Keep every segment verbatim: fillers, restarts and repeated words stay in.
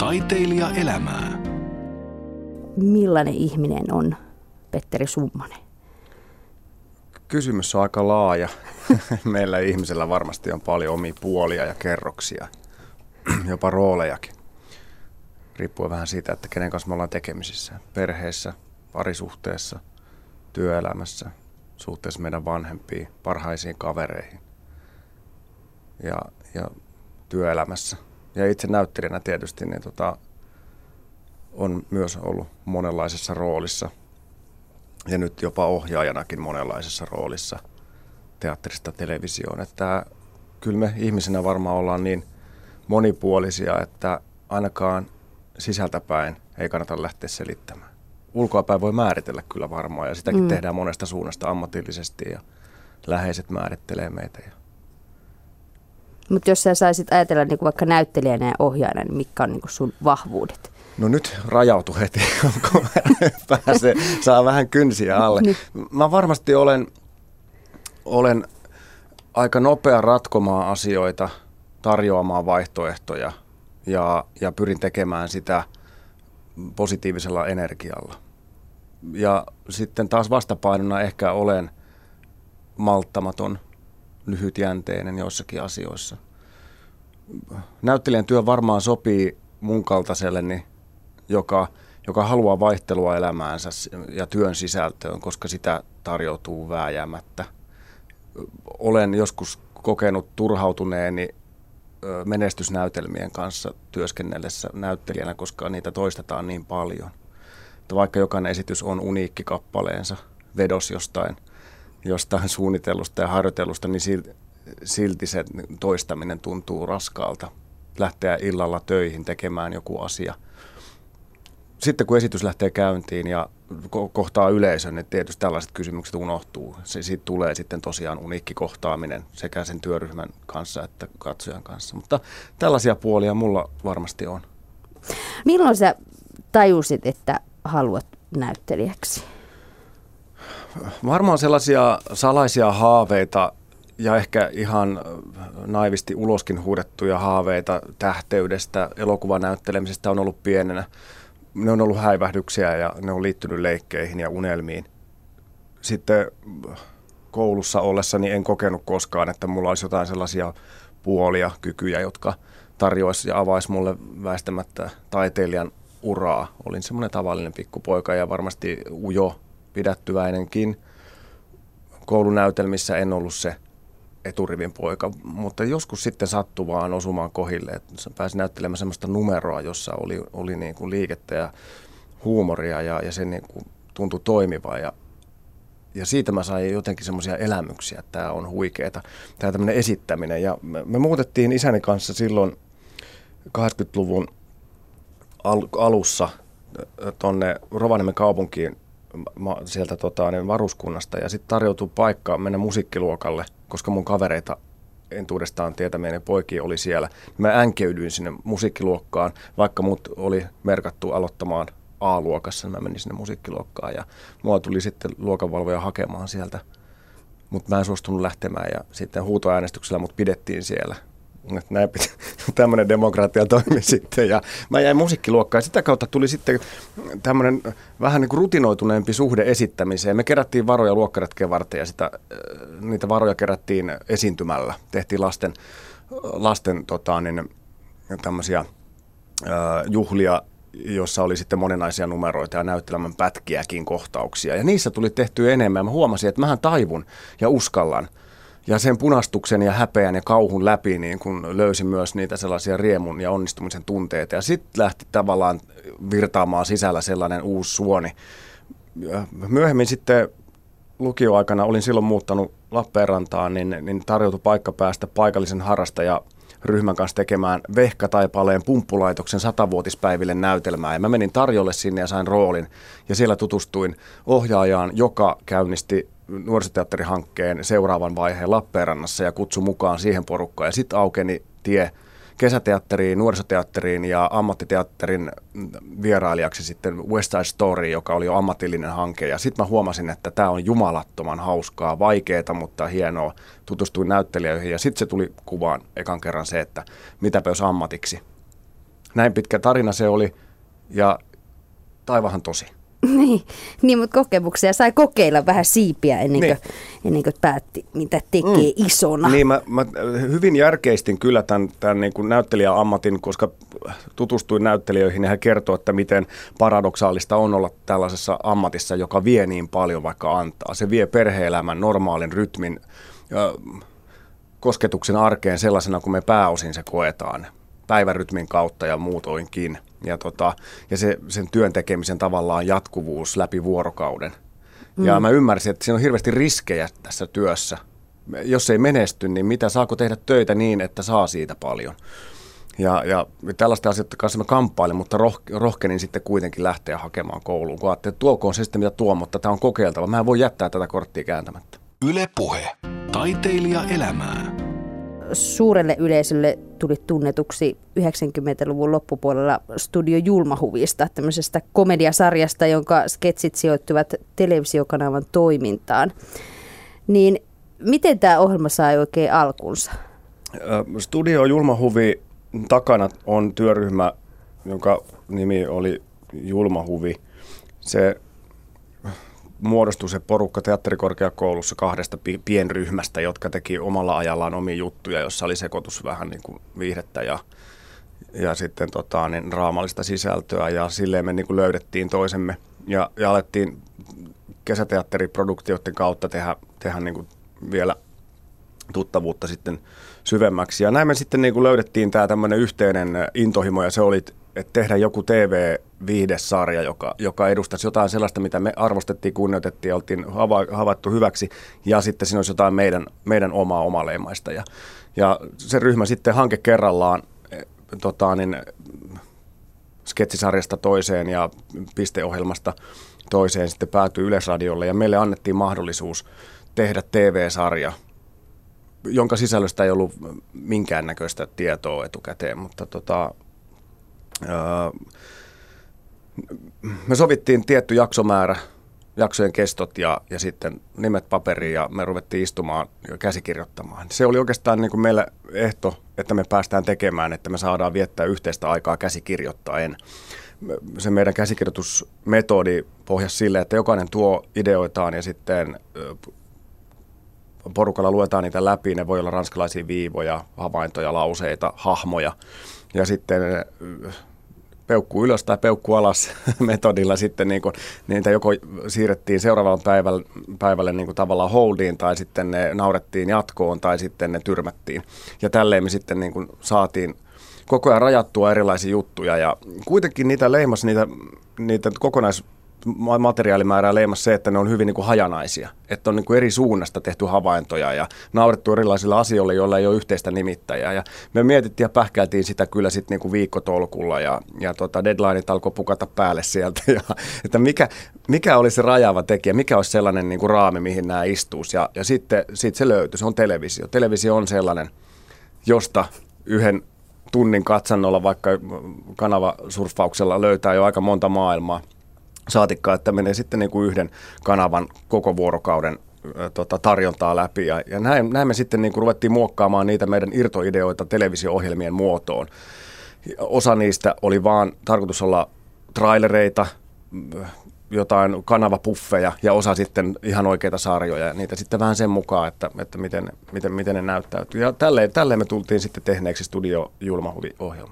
Taiteilijaelämää. Millainen ihminen on Petteri Summanen? Kysymys on aika laaja. Meillä ihmisellä varmasti on paljon omia puolia ja kerroksia, jopa roolejakin. Riippuu vähän siitä, että kenen kanssa me ollaan tekemisissä. Perheessä, parisuhteessa, työelämässä, suhteessa meidän vanhempiin, parhaisiin kavereihin ja, ja työelämässä. Ja itse näyttelijänä tietysti niin tota, on myös ollut monenlaisessa roolissa ja nyt jopa ohjaajanakin monenlaisessa roolissa teatterista televisioon. Että kyllä me ihmisenä varmaan ollaan niin monipuolisia, että ainakaan sisältäpäin ei kannata lähteä selittämään. Ulkoapäin voi määritellä kyllä varmaan ja sitäkin mm. tehdään monesta suunnasta ammatillisesti ja läheiset määrittelee meitä. Mutta jos sä saisit ajatella niin kuin vaikka näyttelijänä ja ohjaajana, niin mitkä on niin kuin sun vahvuudet? No nyt rajautu heti, kun pääsee, saa vähän kynsiä alle. Mä varmasti olen, olen aika nopea ratkomaan asioita, tarjoamaan vaihtoehtoja ja, ja pyrin tekemään sitä positiivisella energialla. Ja sitten taas vastapainona ehkä olen malttamaton, lyhytjänteinen joissakin asioissa. Näyttelijän työ varmaan sopii mun kaltaiselleni, joka, joka haluaa vaihtelua elämäänsä ja työn sisältöön, koska sitä tarjoutuu vääjäämättä. Olen joskus kokenut turhautuneeni menestysnäytelmien kanssa työskennellessä näyttelijänä, koska niitä toistetaan niin paljon. Että vaikka jokainen esitys on uniikki kappaleensa, vedos jostain, jostain suunnitellusta ja harjoitellusta, niin silti se toistaminen tuntuu raskaalta. Lähteä illalla töihin tekemään joku asia. Sitten kun esitys lähtee käyntiin ja ko- kohtaa yleisön, niin tietysti tällaiset kysymykset unohtuu. Se, siitä tulee sitten tosiaan uniikki kohtaaminen sekä sen työryhmän kanssa että katsojan kanssa. Mutta tällaisia puolia mulla varmasti on. Milloin sä tajusit, että haluat näyttelijäksi? Varmaan sellaisia salaisia haaveita ja ehkä ihan naivisti uloskin huudettuja haaveita tähteydestä, elokuvan näyttelemisestä on ollut pienenä. Ne on ollut häivähdyksiä ja ne on liittynyt leikkeihin ja unelmiin. Sitten koulussa ollessani en kokenut koskaan, että mulla olisi jotain sellaisia puolia, kykyjä, jotka tarjoaisi ja avaisi mulle väistämättä taiteilijan uraa. Olin semmoinen tavallinen pikkupoika ja varmasti ujo, pidättyväinenkin. Koulunäytelmissä en ollut se eturivin poika, mutta joskus sitten sattui vaan osumaan kohille, että pääsin näyttelemään semmoista numeroa, jossa oli, oli niin kuin liikettä ja huumoria ja, ja se niin kuin tuntui toimivaa ja, ja siitä mä sain jotenkin semmoisia elämyksiä, että tämä on huikeeta, tämä tämmöinen esittäminen ja me, me muutettiin isäni kanssa silloin kahdeksankymmentäluvun al, alussa tonne Rovaniemen kaupunkiin sieltä tota, niin varuskunnasta ja sitten tarjoutui paikka mennä musiikkiluokalle, koska mun kavereita entuudestaan tietämieni poikia oli siellä. Mä änkeydyin sinne musiikkiluokkaan, vaikka mut oli merkattu aloittamaan A-luokassa, niin mä menin sinne musiikkiluokkaan ja mua tuli sitten luokanvalvoja hakemaan sieltä, mutta mä en suostunut lähtemään ja sitten huutoäänestyksellä mut pidettiin siellä. Näin tämmöinen demokratia toimi sitten ja mä jäin musiikkiluokkaan ja sitä kautta tuli sitten tämmöinen vähän niin kuin rutinoituneempi suhde esittämiseen. Me kerättiin varoja luokkaretkeen varten ja sitä, niitä varoja kerättiin esiintymällä. Tehtiin lasten, lasten tota, niin, tämmöisiä äh, juhlia, jossa oli sitten moninaisia numeroita ja näyttelemän pätkiäkin kohtauksia ja niissä tuli tehtyä enemmän. Mä huomasin, että mähän taivun ja uskallan. Ja sen punastuksen ja häpeän ja kauhun läpi niin kun löysin myös niitä sellaisia riemun ja onnistumisen tunteita. Ja sitten lähti tavallaan virtaamaan sisällä sellainen uusi suoni. Ja myöhemmin sitten lukioaikana olin silloin muuttanut Lappeenrantaan, niin, niin tarjoutui paikka päästä paikallisen harrastajaryhmän kanssa tekemään Vehka-Taipaleen pumppulaitoksen satavuotispäiville näytelmää. Ja mä menin tarjolle sinne ja sain roolin. Ja siellä tutustuin ohjaajaan, joka käynnisti nuorisoteatterihankkeen seuraavan vaiheen Lappeenrannassa ja kutsui mukaan siihen porukkaan. Ja sitten aukeni tie kesäteatteriin, nuorisoteatteriin ja ammattiteatterin vierailijaksi sitten West Side Story, joka oli jo ammatillinen hanke. Ja sitten mä huomasin, että tämä on jumalattoman hauskaa, vaikeaa, mutta hienoa. Tutustuin näyttelijöihin ja sitten se tuli kuvaan ekan kerran se, että mitäpä jos ammatiksi. Näin pitkä tarina se oli ja taivahan tosi. Niin, niin, mutta kokemuksia sai kokeilla vähän siipiä ennen kuin, niin. ennen kuin päätti, mitä tekee mm. isona. Niin, mä, mä hyvin järkeistin kyllä tämän, tämän niin kuin näyttelijäammatin, koska tutustuin näyttelijöihin ja he kertovat, että miten paradoksaalista on olla tällaisessa ammatissa, joka vie niin paljon vaikka antaa. Se vie perhe-elämän normaalin rytmin ja kosketuksen arkeen sellaisena, kuin me pääosin se koetaan. Päivärytmin kautta ja muutoinkin. Ja, tota, ja se, sen työn tekemisen tavallaan jatkuvuus läpi vuorokauden. Mm. Ja mä ymmärsin, että siinä on hirveästi riskejä tässä työssä. Jos ei menesty, niin mitä saako tehdä töitä niin, että saa siitä paljon. Ja, ja tällaista asioita kanssa mä kamppailen, mutta roh, rohkenin sitten kuitenkin lähteä hakemaan kouluun. Kun ajattelin, että tuokoon se sitten mitä tuo, mutta tämä on kokeiltava. Mä en voi jättää tätä korttia kääntämättä. Yle Puhe. Taiteilija elämää. Suurelle yleisölle tuli tunnetuksi yhdeksänkymmentäluvun loppupuolella Studio Julmahuvista, tämmöisestä komediasarjasta, jonka sketsit sijoittuvat televisiokanavan toimintaan. Niin miten tämä ohjelma sai oikein alkunsa? Studio Julmahuvi takana on työryhmä, jonka nimi oli Julmahuvi. Se muodostui se porukka teatterikorkeakoulussa kahdesta pienryhmästä, jotka teki omalla ajallaan omia juttuja, jossa oli sekoitus vähän niin kuin viihdettä ja, ja sitten tota, niin raamallista sisältöä. Ja silleen me niin kuin löydettiin toisemme ja, ja alettiin kesäteatteriproduktioiden kautta tehdä, tehdä niin kuin vielä tuttavuutta sitten syvemmäksi. Ja näin me sitten niin kuin löydettiin tämä tämmöinen yhteinen intohimo ja se oli, että tehdä joku T V-viihdesarja, joka, joka edustaisi jotain sellaista, mitä me arvostettiin, kunnioitettiin ja oltiin hava, havaittu hyväksi, ja sitten siinä olisi jotain meidän, meidän omaa omaleimaista. Ja, ja se ryhmä sitten hanke kerrallaan tota, niin, sketsisarjasta toiseen ja pisteohjelmasta toiseen sitten päätyi Yleisradiolle, ja meille annettiin mahdollisuus tehdä T V-sarja, jonka sisällöstä ei ollut minkäännäköistä tietoa etukäteen, mutta tota, me sovittiin tietty jaksomäärä, jaksojen kestot ja, ja sitten nimet paperiin ja me ruvettiin istumaan ja käsikirjoittamaan. Se oli oikeastaan niin kuin meille ehto, että me päästään tekemään, että me saadaan viettää yhteistä aikaa käsikirjoittaen. Se meidän käsikirjoitusmetodi pohjasi sille, että jokainen tuo ideoitaan ja sitten porukalla luetaan niitä läpi. Ne voi olla ranskalaisia viivoja, havaintoja, lauseita, hahmoja ja sitten peukku ylös tai peukku alas metodilla sitten niin kuin, niitä joko siirrettiin seuraavalle päivälle, päivälle niin kuin tavallaan holdiin tai sitten ne naurettiin jatkoon tai sitten ne tyrmättiin. Ja tälleen me sitten niin kuin saatiin koko ajan rajattua erilaisia juttuja ja kuitenkin niitä leimasi, niitä, niitä kokonaismateriaalimäärää leimasi se, että ne on hyvin niin kuin hajanaisia. Että on niin kuin eri suunnasta tehty havaintoja ja naurettu erilaisilla asioilla, joilla ei ole yhteistä nimittäjää. Ja me mietittiin ja pähkäiltiin sitä kyllä sitten niin kuin viikkotolkulla ja, ja tota deadlineit alkoi pukata päälle sieltä. Ja, että mikä, mikä oli se rajaava tekijä, mikä olisi sellainen niin kuin raami, mihin nämä istuisi. Ja, ja sitten sit se löytyi, se on televisio. Televisio on sellainen, josta yhden tunnin katsannolla vaikka kanavasurffauksella löytää jo aika monta maailmaa. Saatikkaa, että menee sitten niin kuin yhden kanavan koko vuorokauden ä, tota, tarjontaa läpi. Ja, ja näin, näin me sitten niin kuin ruvettiin muokkaamaan niitä meidän irtoideoita televisio-ohjelmien muotoon. Osa niistä oli vaan tarkoitus olla trailereita, jotain kanavapuffeja ja osa sitten ihan oikeita sarjoja. Ja niitä sitten vähän sen mukaan, että, että miten, miten, miten ne näyttäytyy. Ja tälleen, tälleen me tultiin sitten tehneeksi Studio Julmahuvi-ohjelma.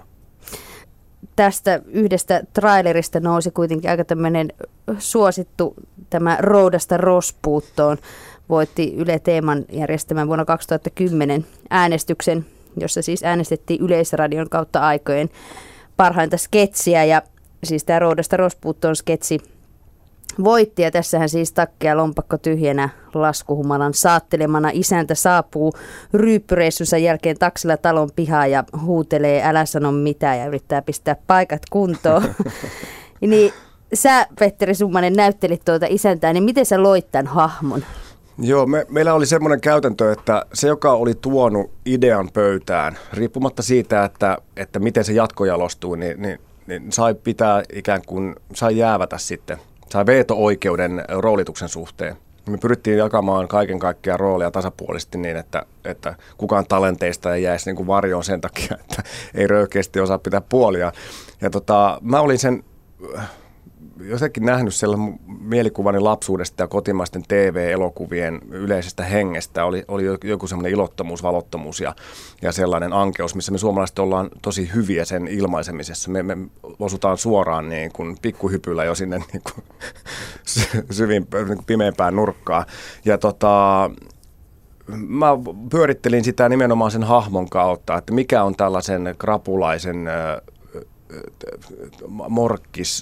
Tästä yhdestä trailerista nousi kuitenkin aika tämmöinen suosittu tämä Roudasta Rospuuttoon. Voitti Yle Teeman järjestämän vuonna kaksituhattakymmenen äänestyksen, jossa siis äänestettiin Yleisradion kautta aikojen parhainta sketsiä. Ja siis tämä Roudasta Rospuuttoon sketsi voitti ja tässähän siis takki ja lompakko tyhjänä laskuhumalan saattelemana isäntä saapuu ryyppyreissunsa jälkeen taksilla talon pihaan ja huutelee älä sano mitään ja yrittää pistää paikat kuntoon. Niin sä, Petteri Summanen, näyttelit tuota isäntää, niin miten sä loit tämän hahmon? Joo, me, meillä oli semmoinen käytäntö, että se, joka oli tuonut idean pöytään, riippumatta siitä, että, että miten se jatkojalostui, niin, niin, niin sai pitää ikään kuin, sai jäävätä sitten. Sai veto-oikeuden roolituksen suhteen. Me pyrittiin jakamaan kaiken kaikkiaan roolia tasapuolisesti niin, että, että kukaan talenteista ei jäisi niin kuin varjoon sen takia, että ei röykeästi osaa pitää puolia. Ja tota, mä olin sen jotenkin nähnyt sellainen mielikuvani lapsuudesta ja kotimaisten T V-elokuvien yleisestä hengestä. Oli, oli joku semmoinen ilottomuus, valottomuus ja, ja sellainen ankeus, missä me suomalaiset ollaan tosi hyviä sen ilmaisemisessa. Me, me osutaan suoraan niin kuin pikkuhypyllä jo sinne niin kuin syvin niin pimeämpään nurkkaan. Ja tota, mä pyörittelin sitä nimenomaan sen hahmon kautta, että mikä on tällaisen krapulaisen äh, morkkis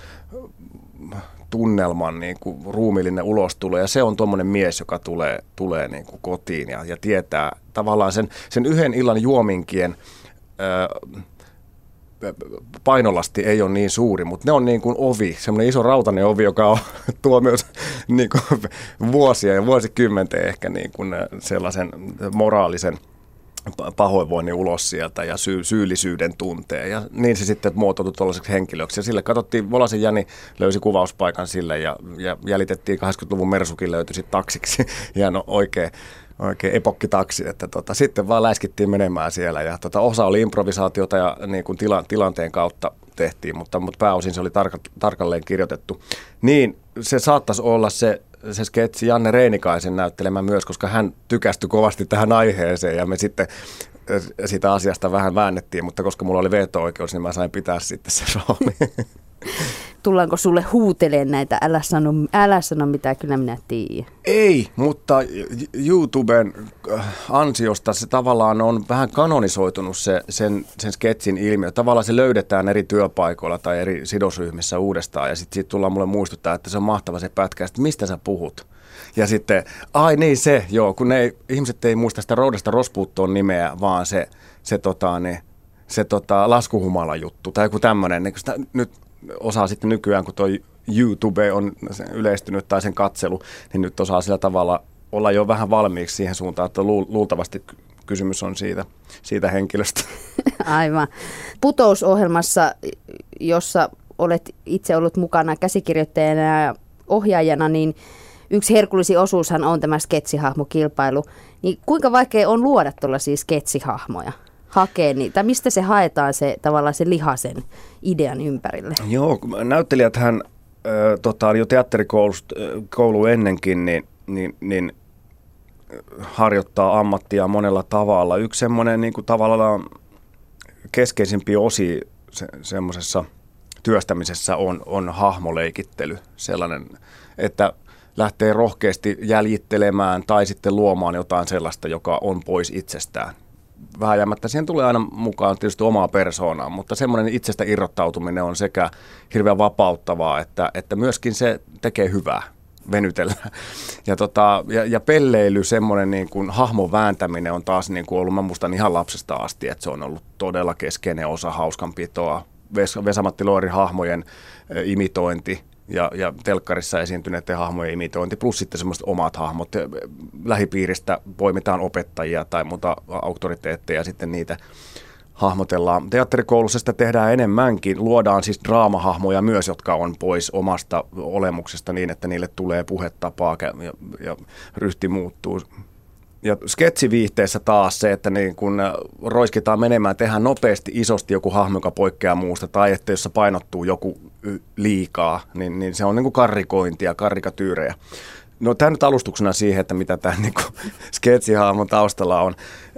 tunnelman niin kuin ruumiillinen ulostulo, ja se on tuommoinen mies, joka tulee, tulee niin kuin kotiin ja, ja tietää tavallaan sen, sen yhden illan juominkien ää, painolasti ei ole niin suuri, mutta ne on niin kuin ovi, semmoinen iso rautainen ovi, joka on, tuo myös niin kuin vuosia ja vuosikymmenten ehkä niin kuin sellaisen moraalisen pahoinvoinnin ulos sieltä ja syy, syyllisyyden tunteen. Ja niin se sitten muotoutui tuollaiseksi henkilöksi. Ja sille katsottiin, Volasen Jani löysi kuvauspaikan sille ja, ja jäljitettiin kahdeksankymmentäluvun Mersukin löytyi sitten taksiksi. Hieno oikein, oikein epokkitaksi. Että tota, sitten vaan läiskittiin menemään siellä. Ja tota, osa oli improvisaatiota ja niin kuin tila, tilanteen kautta tehtiin, mutta, mutta pääosin se oli tarka, tarkalleen kirjoitettu. Niin se saattaisi olla se se sketsi Janne Reinikaisen näyttelemä myös, koska hän tykästyi kovasti tähän aiheeseen ja me sitten sitä asiasta vähän väännettiin, mutta koska mulla oli veto-oikeus, niin mä sain pitää sitten se rooli. Tullaanko sulle huuteleen näitä, älä sano, älä sano mitä, kyllä minä tiedän? Ei, mutta YouTuben ansiosta se tavallaan on vähän kanonisoitunut se, sen, sen sketsin ilmiö. Tavallaan se löydetään eri työpaikoilla tai eri sidosryhmissä uudestaan ja sitten siitä tullaan mulle muistuttaa, että se on mahtava se pätkä, että mistä sä puhut? Ja sitten, ai niin se, joo, kun ne, ihmiset ei muista sitä Roudasta Rospuuttoon nimeä, vaan se, se, tota, ne, se tota, laskuhumala juttu tai joku tämmöinen, niin sitä nyt osaa sitten nykyään, kun tuo YouTube on yleistynyt tai sen katselu, niin nyt osaa sillä tavalla olla jo vähän valmiiksi siihen suuntaan, että luultavasti kysymys on siitä, siitä henkilöstä. Aivan. Putousohjelmassa, jossa olet itse ollut mukana käsikirjoittajana ja ohjaajana, niin yksi herkullisi osuushan on tämä sketsihahmokilpailu. Niin kuinka vaikea on luoda tuollaisia sketsihahmoja? Hakee niitä. Mistä se haetaan se tavallaan se lihasen idean ympärille? Joo, näyttelijäthän äh, tota, jo teatterikoulu ennenkin niin, niin, niin harjoittaa ammattia monella tavalla. Yksi semmoinen niin kuin tavallaan keskeisimpiä osia se, semmoisessa työstämisessä on, on hahmoleikittely. Sellainen, että lähtee rohkeasti jäljittelemään tai sitten luomaan jotain sellaista, joka on pois itsestään. Vääjäämättä siihen tulee aina mukaan tietysti omaa persoonaa, mutta semmoinen itsestä irrottautuminen on sekä hirveän vapauttavaa, että, että myöskin se tekee hyvää, venytellä. Ja, tota, ja, ja pelleily, semmoinen niin kuin hahmon vääntäminen on taas niin kuin ollut, mä muistan ihan lapsesta asti, että se on ollut todella keskeinen osa hauskanpitoa. Ves, Vesa-Matti Loirin hahmojen äh, imitointi. Ja, ja telkkarissa esiintyneiden hahmojen imitointi, plus sitten semmoiset omat hahmot. Lähipiiristä poimitaan opettajia tai muuta auktoriteetteja ja sitten niitä hahmotellaan. Teatterikoulussa sitä tehdään enemmänkin. Luodaan siis draamahahmoja myös, jotka on pois omasta olemuksesta niin, että niille tulee puhetapaa ja, ja ryhti muuttuu. Ja sketsiviihteessä taas se, että niin kun roiskitaan menemään, tehdään nopeasti isosti joku hahmo, joka poikkeaa muusta, tai että jos painottuu joku liikaa, niin, niin se on niin kuin karrikointia, karikatyyrejä. No tämä nyt alustuksena siihen, että mitä tämä niin kuin sketsihahmon taustalla on.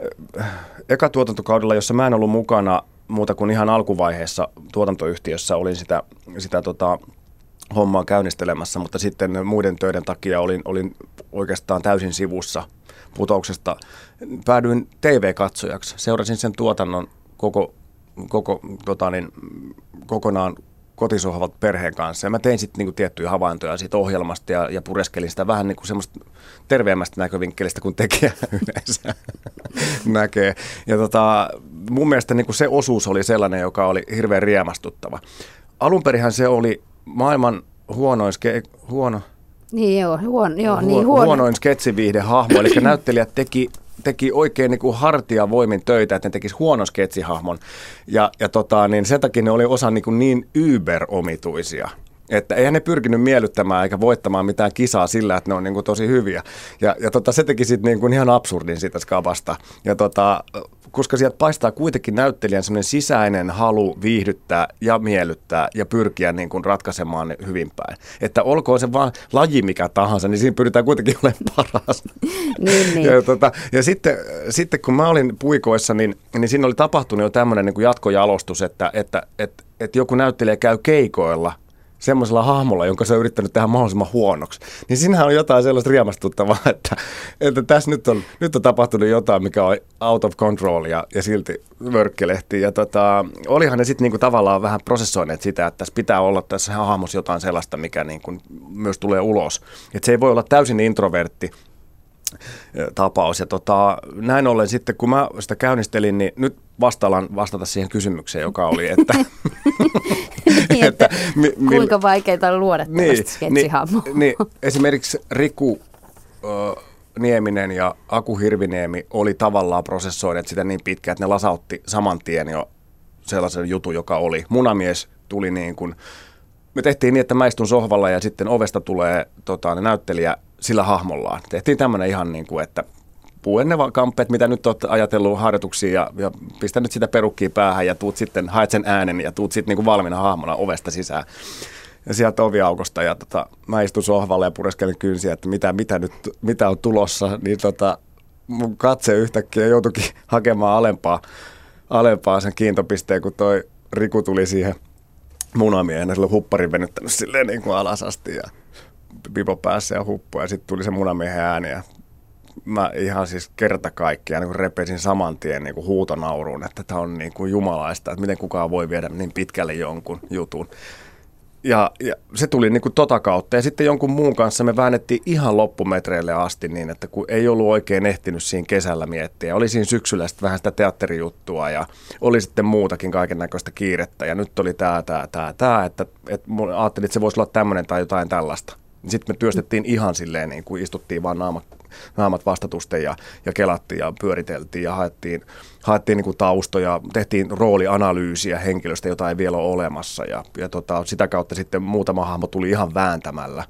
Eka tuotantokaudella, jossa mä en ollut mukana muuta kuin ihan alkuvaiheessa tuotantoyhtiössä, olin sitä, sitä tota, hommaa käynnistelemässä, mutta sitten muiden töiden takia olin, olin oikeastaan täysin sivussa Putouksesta. Päädyin T V-katsojaksi. Seurasin sen tuotannon koko, koko, tota niin, kokonaan kotisohvat perheen kanssa. Ja mä tein sitten niinku tiettyjä havaintoja siitä ohjelmasta ja, ja pureskelin sitä vähän niinku semmoista terveemmästä näkövinkkelistä kuin tekijä yleensä näkee. Ja tota, mun mielestä niinku se osuus oli sellainen, joka oli hirveän riemastuttava. Alunperinhän se oli maailman huonoin, ske- huono... Niin joo, huono, joo, Huo, niin huono. huonoin sketsiviihdehahmo, eli näyttelijät teki, teki oikein niin kuin hartiavoimin töitä, että ne tekisi huonon sketsihahmon, ja, ja tota, niin sen takia ne oli osa niin, kuin niin yber-omituisia. Että eihän ne pyrkinyt miellyttämään eikä voittamaan mitään kisaa sillä, että ne on niin kuin tosi hyviä. Ja, ja tota, se teki sitten niin kuin ihan absurdin siitä skavasta. Ja tota, koska sieltä paistaa kuitenkin näyttelijän semmoinen sisäinen halu viihdyttää ja miellyttää ja pyrkiä niin kuin ratkaisemaan ne hyvin päin. Että olkoon se vaan laji mikä tahansa, niin siinä pyritään kuitenkin olemaan paras. niin, niin. Ja, tota, ja sitten, sitten kun mä olin puikoissa, niin, niin siinä oli tapahtunut jo tämmöinen niin kuin jatkojalostus, että, että, että, että joku näyttelijä käy keikoilla semmoisella hahmolla, jonka se on yrittänyt tehdä mahdollisimman huonoksi. Niin siinähän on jotain sellaista riemastuttavaa, että, että tässä nyt on, nyt on tapahtunut jotain, mikä on out of control ja, ja silti vörkkelehtii. Ja tota, olihan ne sitten niinku tavallaan vähän prosessoineet sitä, että tässä pitää olla tässä hahmossa jotain sellaista, mikä niinku myös tulee ulos. Että se ei voi olla täysin introvertti tapaus. Ja tota, näin ollen sitten, kun mä sitä käynnistelin, niin nyt vastaan vastata siihen kysymykseen, joka oli, että, niin, että mi, mi, kuinka vaikeaa on luoda tällaista niin, sketsihahmoa. Niin, niin, esimerkiksi Riku ö, Nieminen ja Aku Hirviniemi oli tavallaan prosessoineet sitä niin pitkään, että ne lasautti saman tien jo sellaisen jutun, joka oli. Munamies tuli niin kuin, me tehtiin niin, että mä istun sohvalla ja sitten ovesta tulee tota, näyttelijä sillä hahmollaan. Tehtiin tämmöinen ihan niin kuin, että puen ne kamppeet, mitä nyt olet ajatellut harjoituksia ja, ja pistä nyt sitä perukkia päähän ja tuut sitten, haet sen äänen ja tuut sitten niin kuin valmiina hahmona ovesta sisään. Ja sieltä oviaukosta ja tota, mä istun sohvalla ja pureskelin kynsiä, että mitä, mitä, nyt, mitä on tulossa, niin tota, mun katse yhtäkkiä joutuikin hakemaan alempaa, alempaa sen kiintopisteen, kun toi Riku tuli siihen munamiehen ja sillä hupparin venyttänyt silleen niin kuin alas asti ja pipo päässä ja huppu ja sitten tuli se munamiehen ääni ja mä ihan siis kerta kaikkiaan niin repesin saman tien niin kuin huutonauruun, että tämä on niin kuin jumalaista, että miten kukaan voi viedä niin pitkälle jonkun jutun. Ja, ja se tuli niin kuin tota kautta ja sitten jonkun muun kanssa me väännettiin ihan loppumetreille asti niin, että kun ei ollut oikein ehtinyt siinä kesällä miettiä. Oli siinä syksyllä sitten vähän sitä teatterijuttua ja oli sitten muutakin kaiken näköistä kiirettä ja nyt oli tämä, tämä, tämä, tämä, että, että ajattelin, että se voisi olla tämmöinen tai jotain tällaista. Sitten me työstettiin ihan silleen, niin kuin istuttiin vaan naamat, naamat vastatusten ja, ja kelattiin ja pyöriteltiin ja haettiin, haettiin niin kuin taustoja, tehtiin roolianalyysiä henkilöstä, jota ei vielä ole olemassa ja, ja tota, sitä kautta sitten muutama hahmo tuli ihan vääntämällä.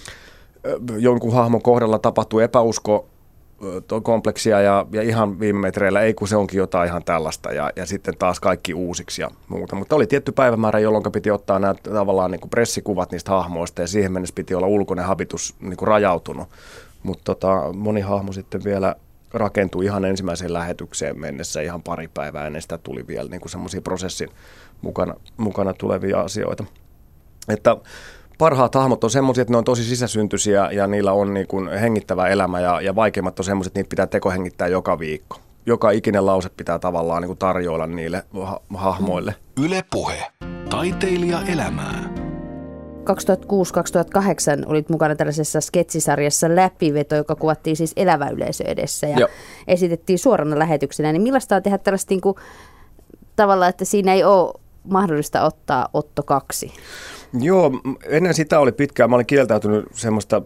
Jonkun hahmon kohdalla tapahtui epäusko, kompleksia ja, ja ihan viime metreillä, ei kun se onkin jotain ihan tällaista ja, ja sitten taas kaikki uusiksi ja muuta. Mutta oli tietty päivämäärä, jolloin piti ottaa nämä tavallaan niin kuin pressikuvat niistä hahmoista ja siihen mennessä piti olla ulkoinen habitus niin kuin rajautunut. Mutta tota, moni hahmo sitten vielä rakentui ihan ensimmäiseen lähetykseen mennessä ihan pari päivää ennen sitä tuli vielä niin kuin semmoisia prosessin mukana, mukana tulevia asioita. Että parhaat hahmot on semmoisia, että ne on tosi sisäsyntyisiä ja niillä on niin kuin hengittävä elämä ja, ja vaikeimmat on semmoiset, että niitä pitää tekohengittää joka viikko. Joka ikinen lause pitää tavallaan niin kuin tarjoilla niille ha- hahmoille. Yle Puhe. Taiteilija elämää. kaksituhattakuusi kaksituhattakahdeksan olit mukana tällaisessa sketsisarjassa Läpiveto, joka kuvattiin siis elävä yleisö edessä ja Joo. esitettiin suorana lähetyksenä. Niin millaista on tehdä tällaista niin kuin, tavalla, että siinä ei ole mahdollista ottaa Otto kaksi? Joo, ennen sitä oli pitkään. Mä olin kieltäytynyt semmoista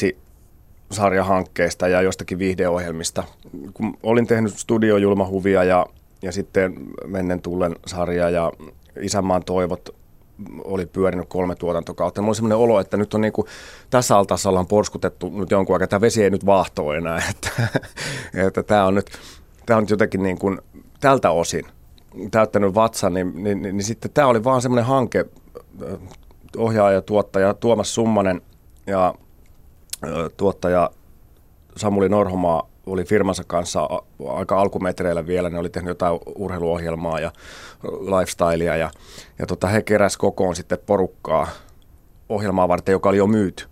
sketsisarjahankkeista ja jostakin viihdeohjelmista. Kun olin tehnyt Studio Julmahuvia ja, ja sitten Mennen tullen sarja ja Isänmaan toivot oli pyörinyt kolme tuotantokautta. Mulla oli semmoinen olo, että nyt on niin kuin, tässä altaassa ollaan porskutettu nyt jonkun aikaa. Tämä vesi ei nyt vaahto enää. Että, että tämä on nyt, tämä on nyt jotenkin niin kuin, tältä osin täyttänyt vatsan. Niin, niin, niin, niin sitten tämä oli vaan semmoinen hanke, ohjaaja ja tuottaja Tuomas Summanen ja ö, tuottaja Samuli Norhomaa oli firmansa kanssa aika alkumetreillä vielä. Ne oli tehnyt jotain urheiluohjelmaa ja lifestylea ja, ja tota, he keräsivät kokoon sitten porukkaa ohjelmaa varten, joka oli jo myyty.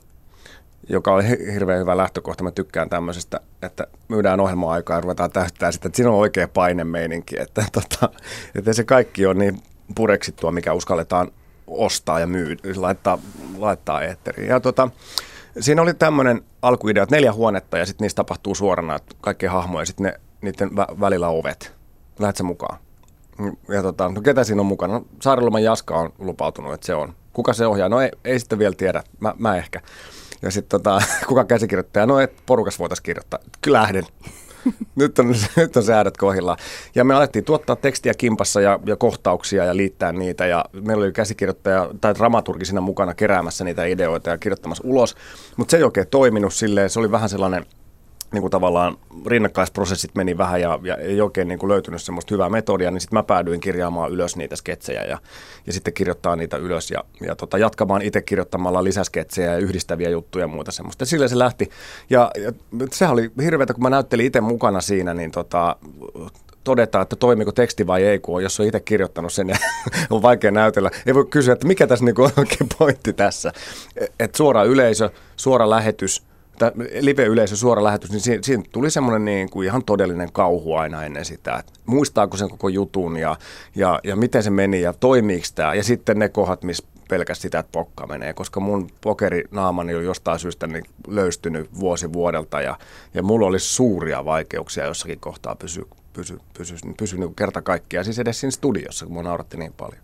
Joka oli hirveän hyvä lähtökohta. Mä tykkään tämmöisestä, että myydään ohjelma-aikaa ja ruvetaan täyttää sitä, että siinä on oikea painemeininki. Että, tota, että se kaikki on niin pureksittua, mikä uskalletaan ostaa ja myy, laittaa, laittaa eetteriin. Ja tota, siinä oli tämmöinen alkuidea, että neljä huonetta ja sitten niistä tapahtuu suorana kaikkea hahmoja ja sitten niiden vä- välillä ovet. Lähdet sä mukaan? Ja tota, no ketä siinä on mukana? No, Saariluman Jaska on lupautunut, että se on. Kuka se ohjaa? No ei, ei sitten vielä tiedä, mä, mä ehkä. Ja sitten tota, kuka käsikirjoittaja? No et porukas voitaisiin kirjoittaa. Kyllä lähden. nyt, on, nyt on säädöt kohdillaan. Ja me alettiin tuottaa tekstiä kimpassa ja, ja kohtauksia ja liittää niitä. Ja meillä oli käsikirjoittaja tai dramaturgi siinä mukana keräämässä niitä ideoita ja kirjoittamassa ulos. Mutta se ei oikein toiminut silleen. Se oli vähän sellainen, niin kuin tavallaan rinnakkaisprosessit meni vähän ja, ja ei oikein niin kuin löytynyt semmoista hyvää metodia. Niin sitten mä päädyin kirjaamaan ylös niitä sketsejä ja, ja sitten kirjoittaa niitä ylös ja, ja tota, jatkamaan itse kirjoittamalla lisäsketsejä ja yhdistäviä juttuja ja muuta semmoista. Silleen se lähti. Ja, ja sehän oli hirveätä, kun mä näyttelin itse mukana siinä, niin tota, todetaan, että toimiko teksti vai ei, kun jos on itse kirjoittanut sen ja on vaikea näytellä. Ei voi kysyä, että mikä tässä niin kuin on oikein pointti tässä. Että suora yleisö, suora lähetys, live-yleisö, suora lähetys, niin siinä, siinä tuli semmoinen niin kuin ihan todellinen kauhu aina ennen sitä, että muistaako sen koko jutun ja, ja, ja miten se meni ja toimiiko tämä. Ja sitten ne kohdat, missä pelkästään sitä, että pokka menee, koska mun pokerinaamani oli jostain syystä niin löystynyt vuosi vuodelta ja, ja mulla oli suuria vaikeuksia jossakin kohtaa pysyä pysy, pysy, pysy, pysy niin kerta kaikkiaan, siis edes siinä studiossa, kun mua nauratti niin paljon.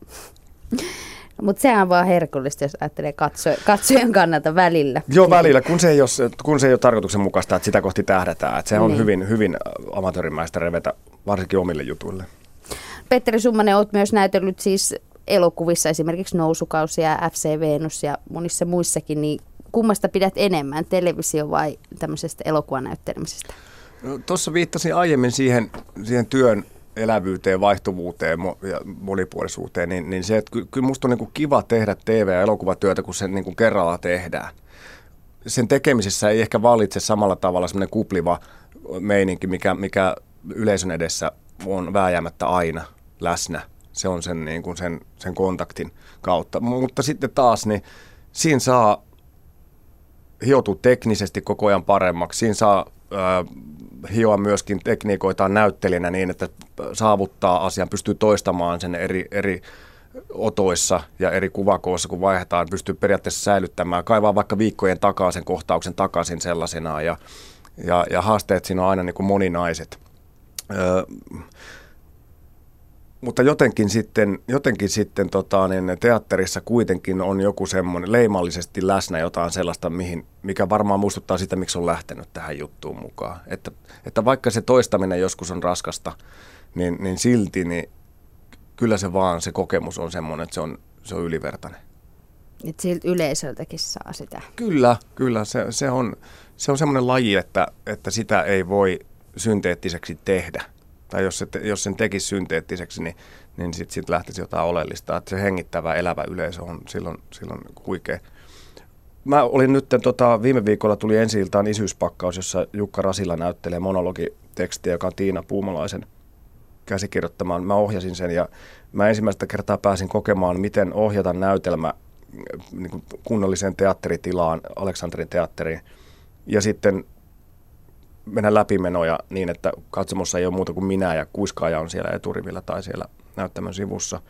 Mutta sehän on vaan herkullista, jos ajattelee katso, katsojan kannalta välillä. Joo, välillä, kun se ei ole, kun se ei ole tarkoituksenmukaista, että sitä kohti tähdätään. Että se on niin. hyvin, hyvin amatöörimäistä revetä, varsinkin omille jutuille. Petteri Summanen, olet myös näytellyt siis elokuvissa, esimerkiksi Nousukausi ja F C Venus ja monissa muissakin, niin kummasta pidät enemmän, televisio vai tämmöisestä elokuvanäyttelemisestä? No, tuossa viittasin aiemmin siihen, siihen työn elävyyteen, vaihtuvuuteen ja monipuolisuuteen, niin, niin se, että ky, kyllä musta on niin kuin kiva tehdä T V- ja elokuvatyötä, kun sen niin kuin kerralla tehdään. Sen tekemisessä ei ehkä vallitse samalla tavalla semmoinen kupliva meininki, mikä, mikä yleisön edessä on vääjäämättä aina läsnä. Se on sen, niin kuin sen, sen kontaktin kautta. Mutta sitten taas, niin siinä saa hioutua teknisesti koko ajan paremmaksi. Siinä saa äh, hioa myöskin tekniikoitaan näyttelijänä niin, että saavuttaa asian, pystyy toistamaan sen eri, eri otoissa ja eri kuvakoossa, kun vaihdetaan, pystyy periaatteessa säilyttämään, kaivaa vaikka viikkojen takaa sen kohtauksen takaisin sellaisenaan ja, ja, ja haasteet siinä on aina niin kuin moninaiset. Öö, mutta jotenkin sitten, jotenkin sitten tota, niin teatterissa kuitenkin on joku semmoinen leimallisesti läsnä jotain sellaista, mihin, mikä varmaan muistuttaa sitä, miksi on lähtenyt tähän juttuun mukaan. Että, että vaikka se toistaminen joskus on raskasta, niin, niin silti niin kyllä se vaan, se kokemus on semmoinen, että se on, se on ylivertainen. Että siltä yleisöltäkin saa sitä. Kyllä, kyllä. Se, se on, se on semmoinen laji, että, että sitä ei voi synteettiseksi tehdä. Tai jos, se, jos sen tekisi synteettiseksi, niin, niin sitten sit lähtisi jotain oleellista. Että se hengittävä, elävä yleisö on silloin, silloin huikea. Mä olin nyt, tota, viime viikolla tuli ensi-iltaan Isyyspakkaus, jossa Jukka Rasila näyttelee monologitekstiä, joka on Tiina Puumalaisen käsikirjoittamaan. Mä ohjasin sen ja mä ensimmäistä kertaa pääsin kokemaan, miten ohjata näytelmä niin kuin kunnolliseen teatteritilaan, Aleksanterin teatteriin. Ja sitten mennä läpimenoja niin, että katsomossa ei ole muuta kuin minä ja kuiskaaja on siellä eturivillä tai siellä näyttämön sivussa.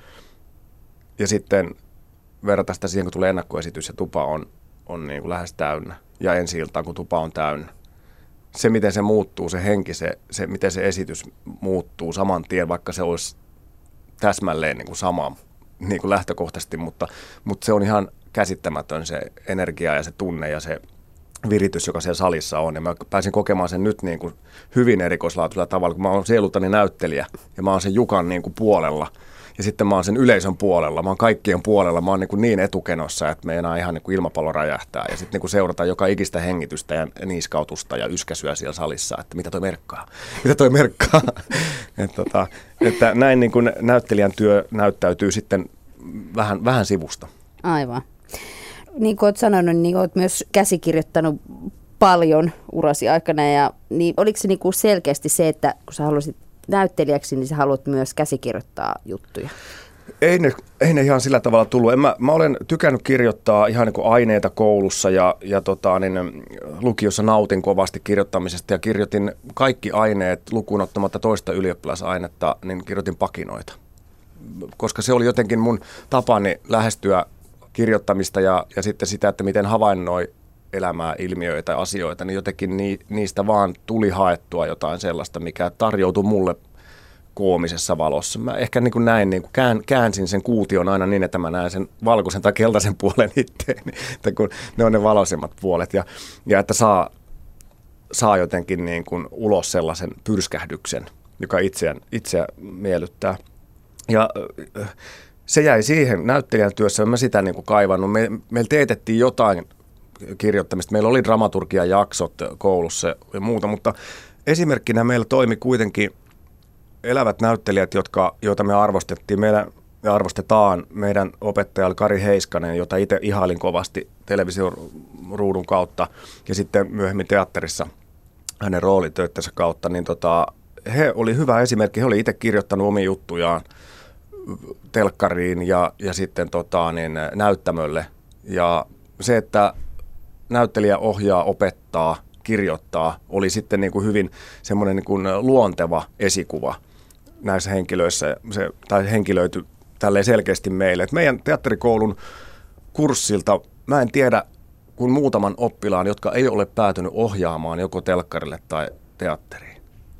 Ja sitten verrata sitä siihen, kun tulee ennakkoesitys ja tupa on, on niin kuin lähes täynnä. Ja ensi-iltaan, kun tupa on täynnä. Se, miten se muuttuu, se henki, se, se miten se esitys muuttuu saman tien, vaikka se olisi täsmälleen niin kuin sama niin kuin lähtökohtaisesti, mutta, mutta se on ihan käsittämätön se energia ja se tunne ja se viritys, joka siellä salissa on. Ja mä pääsin kokemaan sen nyt niin kuin hyvin erikoislaatuisella tavalla, kun mä oon sielultani näyttelijä ja mä oon sen Jukan niin kuin puolella. Ja sitten mä oon sen yleisön puolella, mä oon kaikkien puolella, mä oon niin, kuin niin etukenossa, että me enää ihan niin kuin ilmapallo räjähtää. Ja sitten niin kuin seurataan joka ikistä hengitystä ja niiskautusta ja yskäsyä siellä salissa, että mitä toi merkkaa, mitä toi merkkaa. että, tota, että näin niin kuin näyttelijän työ näyttäytyy sitten vähän, vähän sivusta. Aivan. Niin kuin olet sanonut, niin olet myös käsikirjoittanut paljon urasi aikana. Ja, niin oliko se niin kuin selkeästi se, että kun sä haluaisit näyttelijäksi, niin sä haluat myös käsikirjoittaa juttuja? Ei ne, ei ne ihan sillä tavalla tullut. En mä, mä olen tykännyt kirjoittaa ihan niin kuin aineita koulussa ja, ja tota, niin, lukiossa nautin kovasti kirjoittamisesta ja kirjoitin kaikki aineet lukuun ottamatta toista ylioppilasainetta, niin kirjoitin pakinoita. Koska se oli jotenkin mun tapani lähestyä kirjoittamista ja, ja sitten sitä, että miten havainnoi elämää, ilmiöitä, asioita, niin jotenkin ni, niistä vaan tuli haettua jotain sellaista, mikä tarjoutui mulle koomisessa valossa. Mä ehkä niin kuin näin, niin kuin kään, käänsin sen kuution aina niin, että mä näen sen valkoisen tai keltaisen puolen itteeni, että kun ne on ne valoisemmat puolet ja, ja että saa saa jotenkin niin kuin ulos sellaisen pyrskähdyksen, joka itseä, itseä miellyttää. Ja se jäi siihen näyttelijän työssä, mä sitä niin kuin kaivannut. Me, meillä teetettiin jotain kirjoittamista, meillä oli dramaturgian jaksot koulussa ja muuta, mutta esimerkkinä meillä toimi kuitenkin elävät näyttelijät, jotka, joita me arvostettiin. Meidän, me arvostetaan meidän opettaja Kari Heiskanen, jota itse ihailin kovasti television ruudun kautta ja sitten myöhemmin teatterissa hänen roolitöittensä kautta, niin tota, he oli hyvä esimerkki. He oli itse kirjoittanut omia juttujaan telkkariin ja, ja sitten tota, niin, näyttämölle. Ja se, että näyttelijä ohjaa, opettaa, kirjoittaa, oli sitten niin kuin hyvin semmoinen niin kuin luonteva esikuva näissä henkilöissä. Se, tai henkilöity tälleen selkeästi meille. Et meidän teatterikoulun kurssilta, mä en tiedä kuin muutaman oppilaan, jotka ei ole päätynyt ohjaamaan joko telkkarille tai teatteriin.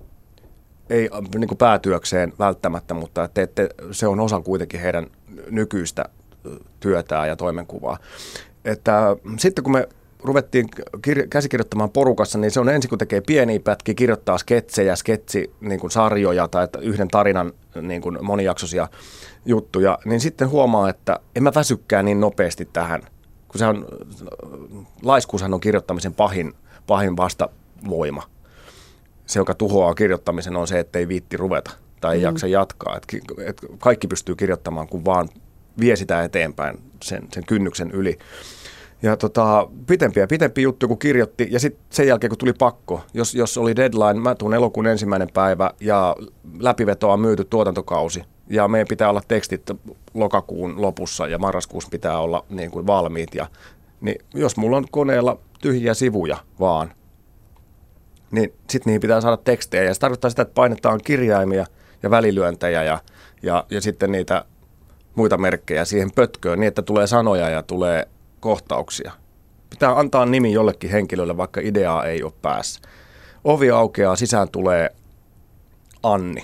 Ei niin kuin päätyökseen välttämättä, mutta te, te, se on osa kuitenkin heidän nykyistä työtään ja toimenkuvaa. Että, sitten kun me ruvettiin kir- käsikirjoittamaan porukassa, niin se on ensin kun tekee pieniä pätkiä, kirjoittaa sketsejä, sketsi, niin kuin sarjoja tai yhden tarinan niin kuin monijaksoisia juttuja, niin sitten huomaa, että en mä väsykään niin nopeasti tähän, kun se on, laiskuushan on kirjoittamisen pahin, pahin vastavoima. Se, joka tuhoaa kirjoittamisen, on se, että ei viitti ruveta tai ei mm. jaksa jatkaa. Et, et kaikki pystyy kirjoittamaan, kun vaan vie sitä eteenpäin sen, sen kynnyksen yli. Ja tota, pitempiä pitempi juttu, kun kirjoitti, ja sitten sen jälkeen, kun tuli pakko, jos, jos oli deadline, mä tuun elokuun ensimmäinen päivä, ja läpivetoa on myyty tuotantokausi, ja meidän pitää olla tekstit lokakuun lopussa, ja marraskuussa pitää olla niin kuin valmiit, ja niin jos mulla on koneella tyhjiä sivuja vaan, niin sitten niihin pitää saada tekstejä, ja se tarkoittaa sitä, että painetaan kirjaimia ja välilyöntejä, ja, ja, ja sitten niitä muita merkkejä siihen pötköön, niin että tulee sanoja ja tulee kohtauksia. Pitää antaa nimi jollekin henkilölle, vaikka ideaa ei ole päässä. Ovi aukeaa, sisään tulee Anni.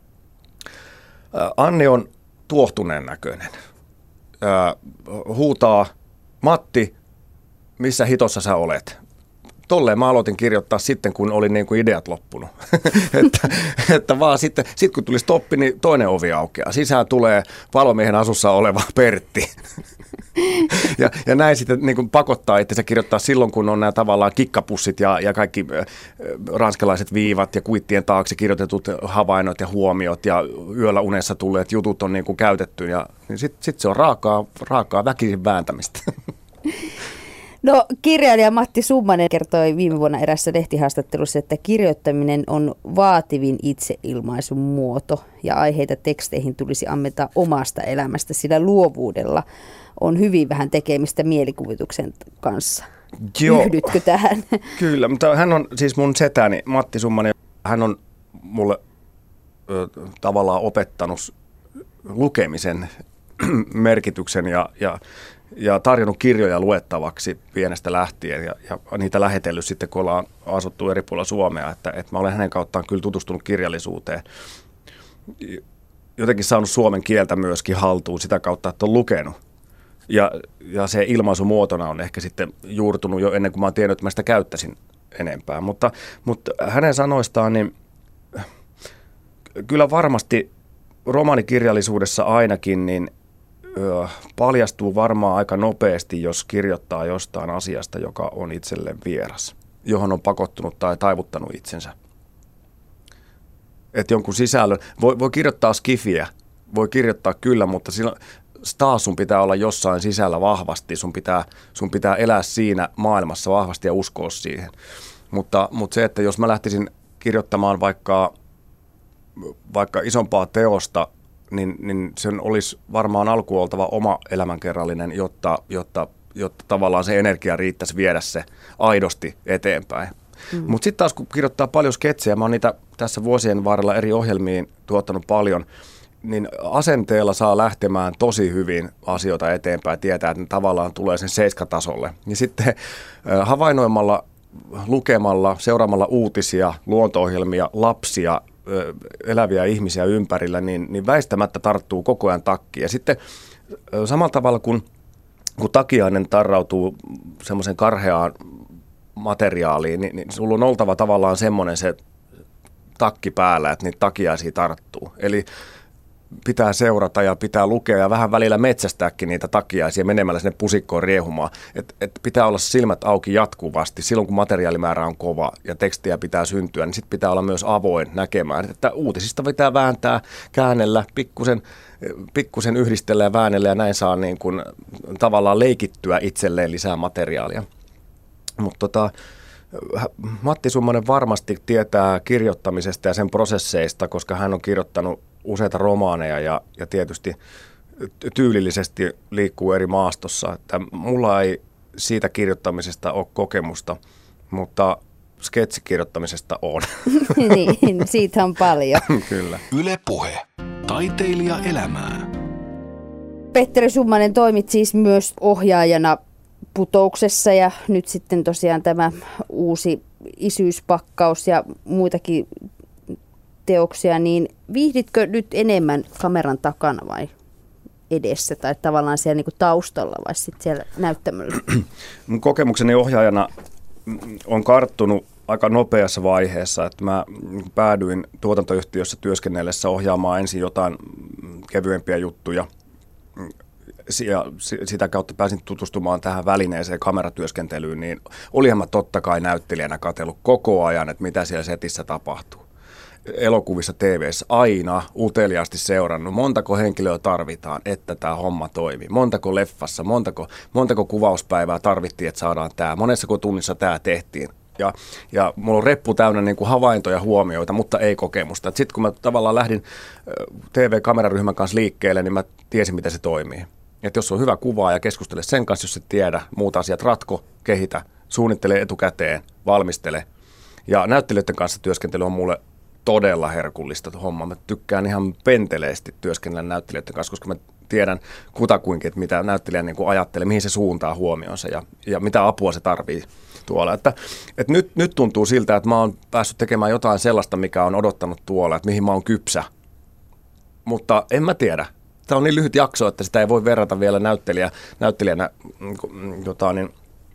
Ää, Anni on tuohtuneen näköinen. Ää, huutaa, Matti, missä hitossa sä olet? Tolleen mä aloitin kirjoittaa sitten, kun oli niin kuin ideat loppunut. että, että vaan sitten, sit kun tuli stoppi, niin toinen ovi aukeaa. Sisään tulee palomiehen asussa oleva Pertti. ja, ja näin sitten niin kuin pakottaa itsensä kirjoittaa silloin, kun on nämä tavallaan kikkapussit ja, ja kaikki äh, ranskalaiset viivat ja kuittien taakse kirjoitetut havainnot ja huomiot ja yöllä unessa tulleet jutut on niin kuin käytetty. Ja niin sitten sit se on raakaa, raakaa väkisin vääntämistä. No, kirjailija Matti Summanen kertoi viime vuonna erässä lehtihaastattelussa, että kirjoittaminen on vaativin itseilmaisun muoto ja aiheita teksteihin tulisi ammentaa omasta elämästä, sillä luovuudella on hyvin vähän tekemistä mielikuvituksen kanssa. Joo. Yhdytkö tähän? Kyllä, mutta hän on siis mun setäni Matti Summanen. Hän on mulle ö, tavallaan opettanut lukemisen merkityksen ja, ja ja tarjonnut kirjoja luettavaksi pienestä lähtien ja, ja niitä lähetellyt sitten, kun ollaan asuttu eri puolilla Suomea, että, että mä olen hänen kauttaan kyllä tutustunut kirjallisuuteen. Jotenkin saanut suomen kieltä myöskin haltuun sitä kautta, että on lukenut. Ja, ja se ilmaisumuotona on ehkä sitten juurtunut jo ennen kuin mä oon tiennyt, että mä sitä käyttäisin enempää. Mutta, mutta hänen sanoistaan, niin kyllä varmasti romaanikirjallisuudessa ainakin, niin paljastuu varmaan aika nopeasti, jos kirjoittaa jostain asiasta, joka on itselleen vieras, johon on pakottunut tai taivuttanut itsensä. Että jonkun sisällön, voi, voi kirjoittaa skifiä, voi kirjoittaa kyllä, mutta silloin taas sun pitää olla jossain sisällä vahvasti, sun pitää, sun pitää elää siinä maailmassa vahvasti ja uskoa siihen. Mutta, mutta se, että jos mä lähtisin kirjoittamaan vaikka, vaikka isompaa teosta, Niin, niin sen olisi varmaan alkuun oltava oma elämänkerrallinen, jotta, jotta, jotta tavallaan se energia riittäisi viedä se aidosti eteenpäin. Mm. Mutta sitten taas kun kirjoittaa paljon sketsejä, mä oon niitä tässä vuosien varrella eri ohjelmiin tuottanut paljon, niin asenteella saa lähtemään tosi hyvin asioita eteenpäin, tietää, että ne tavallaan tulee sen seiskatasolle. Ja sitten havainnoimalla, lukemalla, seuraamalla uutisia, luonto-ohjelmia, lapsia, eläviä ihmisiä ympärillä, niin, niin väistämättä tarttuu koko ajan takkiin. Ja sitten samalla tavalla kun, kun takiainen tarrautuu semmoisen karheaan materiaaliin, niin, niin sulla on oltava tavallaan semmoinen se takki päällä, että niitä takiaisia tarttuu. Eli pitää seurata ja pitää lukea ja vähän välillä metsästääkin niitä takiaisia menemällä sinne pusikkoon riehumaan. Et, et pitää olla silmät auki jatkuvasti. Silloin kun materiaalimäärä on kova ja tekstiä pitää syntyä, niin sitten pitää olla myös avoin näkemään. Että uutisista pitää vääntää, käännellä, pikkusen, pikkusen yhdistellä ja väännellä ja näin saa niin kuin tavallaan leikittyä itselleen lisää materiaalia. Mutta tota, Matti Summanen varmasti tietää kirjoittamisesta ja sen prosesseista, koska hän on kirjoittanut useita romaaneja ja, ja tietysti tyylillisesti liikkuu eri maastossa. Että mulla ei siitä kirjoittamisesta ole kokemusta, mutta sketsikirjoittamisesta on. Niin, siitä on paljon. Kyllä. Yle Puhe. Taiteilija elämää. Petteri Summanen toimit siis myös ohjaajana Putouksessa ja nyt sitten tosiaan tämä uusi isyyspakkaus ja muitakin teoksia, niin viihdytkö nyt enemmän kameran takana vai edessä tai tavallaan siellä niin kuin taustalla vai sitten siellä näyttämöllä? Mun kokemukseni ohjaajana on karttunut aika nopeassa vaiheessa, että mä päädyin tuotantoyhtiössä työskennellessä ohjaamaan ensin jotain kevyempiä juttuja ja sitä kautta pääsin tutustumaan tähän välineeseen kameratyöskentelyyn, niin olihan mä totta kai näyttelijänä katsellut koko ajan, että mitä siellä setissä tapahtuu. Elokuvissa, T V:ssä aina uteliaasti seurannut, montako henkilöä tarvitaan, että tämä homma toimii. Montako leffassa, montako, montako kuvauspäivää tarvittiin, että saadaan tämä. Monessako tunnissa tämä tehtiin. Ja, ja mulla on reppu täynnä niin kuin havaintoja, huomioita, mutta ei kokemusta. Sitten kun mä tavallaan lähdin T V-kameraryhmän kanssa liikkeelle, niin mä tiesin, miten se toimii. Että jos on hyvä kuva ja keskustele sen kanssa, jos et tiedä, muut asiat ratko, kehitä, suunnittele etukäteen, valmistele. Ja näyttelijöiden kanssa työskentely on mulle todella herkullista homma. Mä tykkään ihan penteleesti työskennellä näyttelijöiden kanssa, koska mä tiedän kutakuinkin, että mitä näyttelijä niin kuin ajattelee, mihin se suuntaa huomionsa ja, ja mitä apua se tarvii tuolla. Että, että nyt, nyt tuntuu siltä, että mä oon päässyt tekemään jotain sellaista, mikä on odottanut tuolla, että mihin mä oon kypsä. Mutta en mä tiedä. Tämä on niin lyhyt jakso, että sitä ei voi verrata vielä näyttelijä, näyttelijänä jota, niin,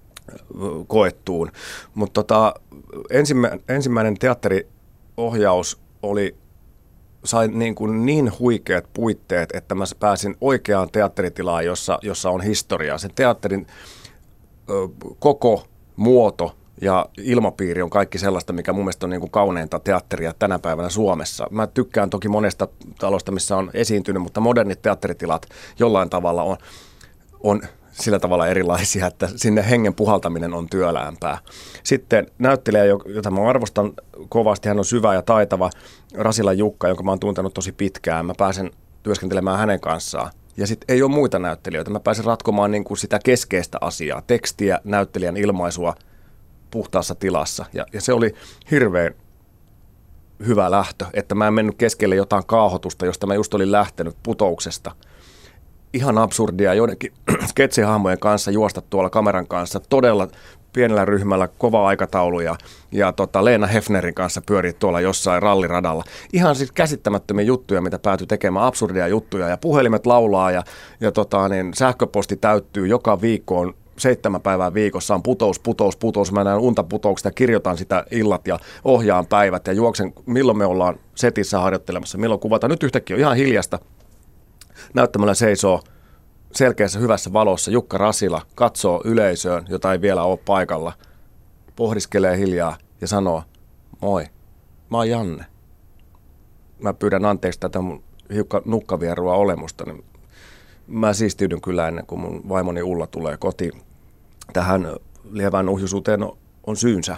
koettuun. Mutta tota, ensimmä, ensimmäinen teatteriohjaus oli, sai niin, kuin niin huikeat puitteet, että mä pääsin oikeaan teatteritilaan, jossa, jossa on historiaa. Sen teatterin ö, koko muoto ja ilmapiiri on kaikki sellaista, mikä mun mielestä on niin kuin kauneinta teatteria tänä päivänä Suomessa. Mä tykkään toki monesta talosta, missä on esiintynyt, mutta modernit teatteritilat jollain tavalla on, on sillä tavalla erilaisia, että sinne hengen puhaltaminen on työläämpää. Sitten näyttelijä, jota mä arvostan kovasti, hän on syvä ja taitava, Rasilan Jukka, jonka mä oon tuntenut tosi pitkään. Mä pääsen työskentelemään hänen kanssaan. Ja sitten ei ole muita näyttelijöitä. Mä pääsen ratkomaan niin kuin sitä keskeistä asiaa, tekstiä, näyttelijän ilmaisua puhtaassa tilassa. Ja, ja se oli hirveän hyvä lähtö, että mä en mennyt keskelle jotain kaahotusta, josta mä just olin lähtenyt Putouksesta. Ihan absurdia joidenkin sketsihahmojen kanssa juosta tuolla kameran kanssa, todella pienellä ryhmällä, kova aikataulu ja, ja tota, Leena Hefnerin kanssa pyörii tuolla jossain ralliradalla. Ihan siis käsittämättömiä juttuja, mitä päätyi tekemään, absurdia juttuja ja puhelimet laulaa ja, ja tota, niin sähköposti täyttyy joka viikkoon. Seitsemän päivää viikossa on putous, putous, putous. Mä näen unta putouksesta ja kirjoitan sitä illat ja ohjaan päivät ja juoksen, milloin me ollaan setissä harjoittelemassa, milloin kuvataan. Nyt yhtäkkiä on ihan hiljasta. Näyttämällä seisoo selkeässä hyvässä valossa Jukka Rasila, katsoo yleisöön, jota ei vielä ole paikalla, pohdiskelee hiljaa ja sanoo, moi, mä oon Janne. Mä pyydän anteeksi tätä mun hiukka nukkavierua olemusta, niin mä siistiydyn kyllä ennen kuin mun vaimoni Ulla tulee kotiin. Tähän lievään uhjusuuteen on, on syynsä.